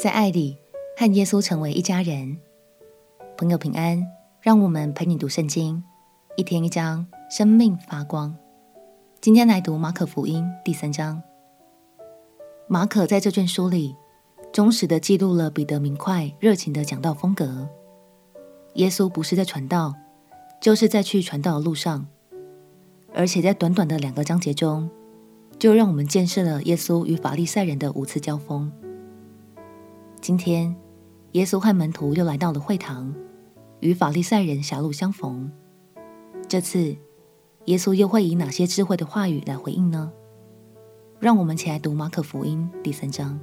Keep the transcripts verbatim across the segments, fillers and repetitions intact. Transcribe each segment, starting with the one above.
在爱里和耶稣成为一家人。朋友平安，让我们陪你读圣经，一天一章，生命发光。今天来读马可福音第三章。马可在这卷书里忠实地记录了彼得明快热情的讲道风格。耶稣不是在传道，就是在去传道的路上，而且在短短的两个章节中，就让我们见识了耶稣与法利赛人的五次交锋。今天耶稣和门徒又来到了会堂，与法利赛人狭路相逢。这次耶稣又会以哪些智慧的话语来回应呢？让我们一起来读马可福音第三章。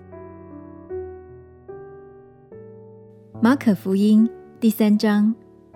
马可福音第三章。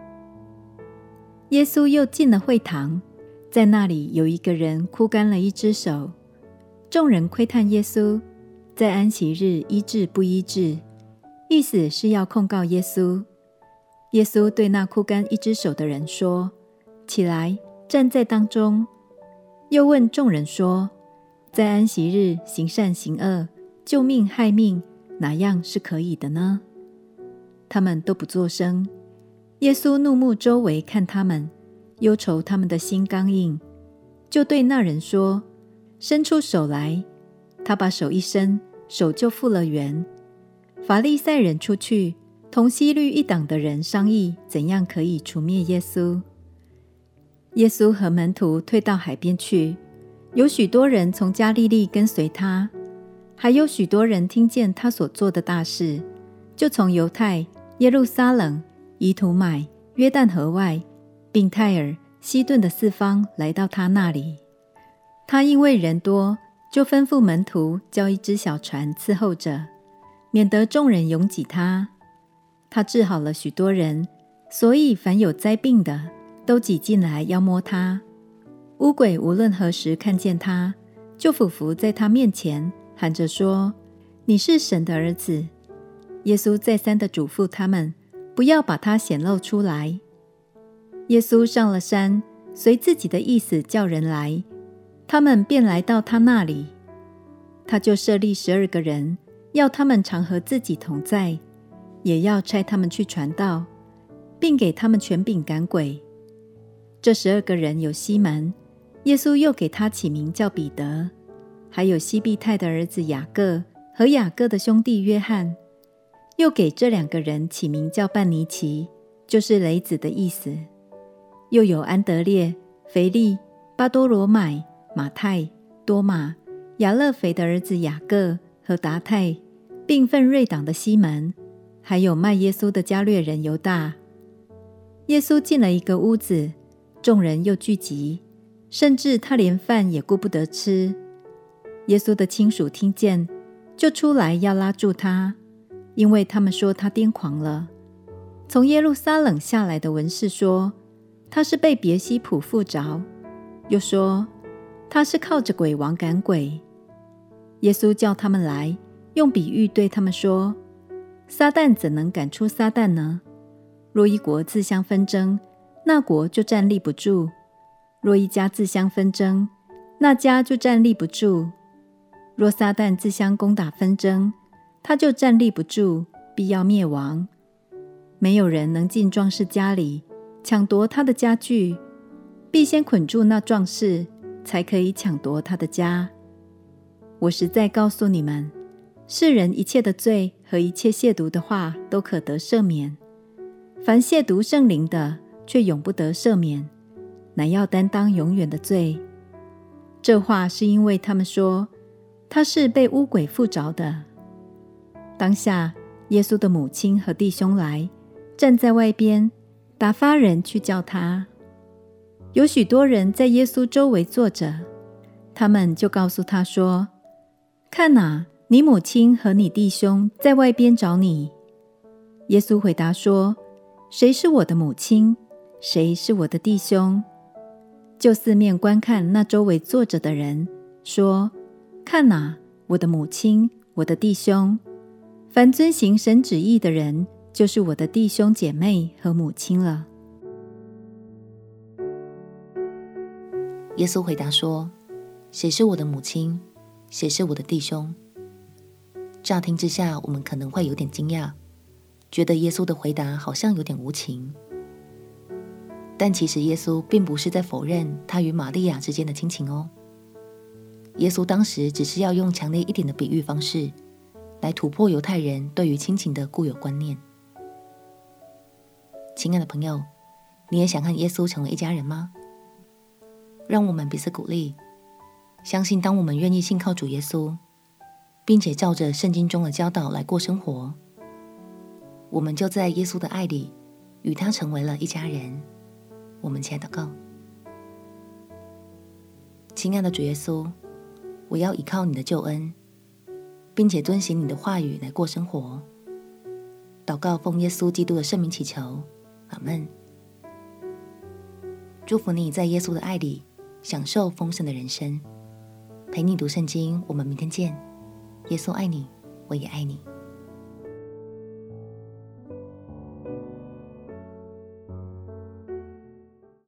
耶稣又进了会堂，在那里有一个人枯干了一只手。众人窥探耶稣在安息日医治不医治，意思是要控告耶稣。耶稣对那枯干一只手的人说：起来，站在当中。又问众人说：在安息日行善行恶，救命害命，哪样是可以的呢？他们都不作声。耶稣怒目周围看他们，忧愁他们的心刚硬，就对那人说：伸出手来。他把手一伸，手就复了原。法利赛人出去，同希律一党的人商议怎样可以除灭耶稣。耶稣和门徒退到海边去，有许多人从加利利跟随他，还有许多人听见他所做的大事，就从犹太、耶路撒冷、以土买、约旦河外，并泰尔、西顿的四方来到他那里。他因为人多，就吩咐门徒叫一只小船伺候着，免得众人拥挤他。他治好了许多人，所以凡有灾病的都挤进来要摸他。污鬼无论何时看见他，就俯伏在他面前，喊着说：你是神的儿子。耶稣再三地嘱咐他们，不要把他显露出来。耶稣上了山，随自己的意思叫人来，他们便来到他那里。他就设立十二个人，要他们常和自己同在，也要差他们去传道，并给他们权柄赶鬼。这十二个人有西门，耶稣又给他起名叫彼得，还有西庇太的儿子雅各和雅各的兄弟约翰，又给这两个人起名叫半尼其，就是雷子的意思。又有安德烈、腓利、巴多罗买、马太、多马、亚勒腓的儿子雅各和达太，并奋锐党的西门，还有卖耶稣的加略人犹大。耶稣进了一个屋子，众人又聚集，甚至他连饭也顾不得吃。耶稣的亲属听见，就出来要拉住他，因为他们说他癫狂了。从耶路撒冷下来的文士说，他是被别西卜附着，又说他是靠着鬼王赶鬼。耶稣叫他们来，用比喻对他们说：撒旦怎能赶出撒旦呢？若一国自相纷争，那国就站立不住；若一家自相纷争，那家就站立不住。若撒旦自相攻打纷争，他就站立不住，必要灭亡。没有人能进壮士家里抢夺他的家具，必先捆住那壮士，才可以抢夺他的家。我实在告诉你们，世人一切的罪和一切亵渎的话都可得赦免，凡亵渎圣灵的却永不得赦免，乃要担当永远的罪。这话是因为他们说他是被污鬼附着的。当下耶稣的母亲和弟兄来，站在外边，打发人去叫他。有许多人在耶稣周围坐着，他们就告诉他说：看哪，你母亲和你弟兄在外边找你。耶稣回答说：谁是我的母亲？谁是我的弟兄？就四面观看那周围坐着的人，说：看哪，我的母亲，我的弟兄。凡遵行神旨意的人，就是我的弟兄姐妹和母亲了。 耶稣回答说：谁是我的母亲？谁是我的弟兄？ 乍听之下，我们可能会有点惊讶，觉得耶稣的回答好像有点无情。但其实耶稣并不是在否认他与玛利亚之间的亲情哦。耶稣当时只是要用强烈一点的比喻方式，来突破犹太人对于亲情的固有观念。亲爱的朋友，你也想和耶稣成为一家人吗？让我们彼此鼓励，相信当我们愿意信靠主耶稣，并且照着圣经中的教导来过生活，我们就在耶稣的爱里与他成为了一家人。我们起来祷告。亲爱的主耶稣，我要依靠你的救恩，并且遵行你的话语来过生活。祷告奉耶稣基督的圣名祈求，阿们。祝福你在耶稣的爱里享受丰盛的人生。陪你读圣经，我们明天见。耶稣爱你，我也爱你。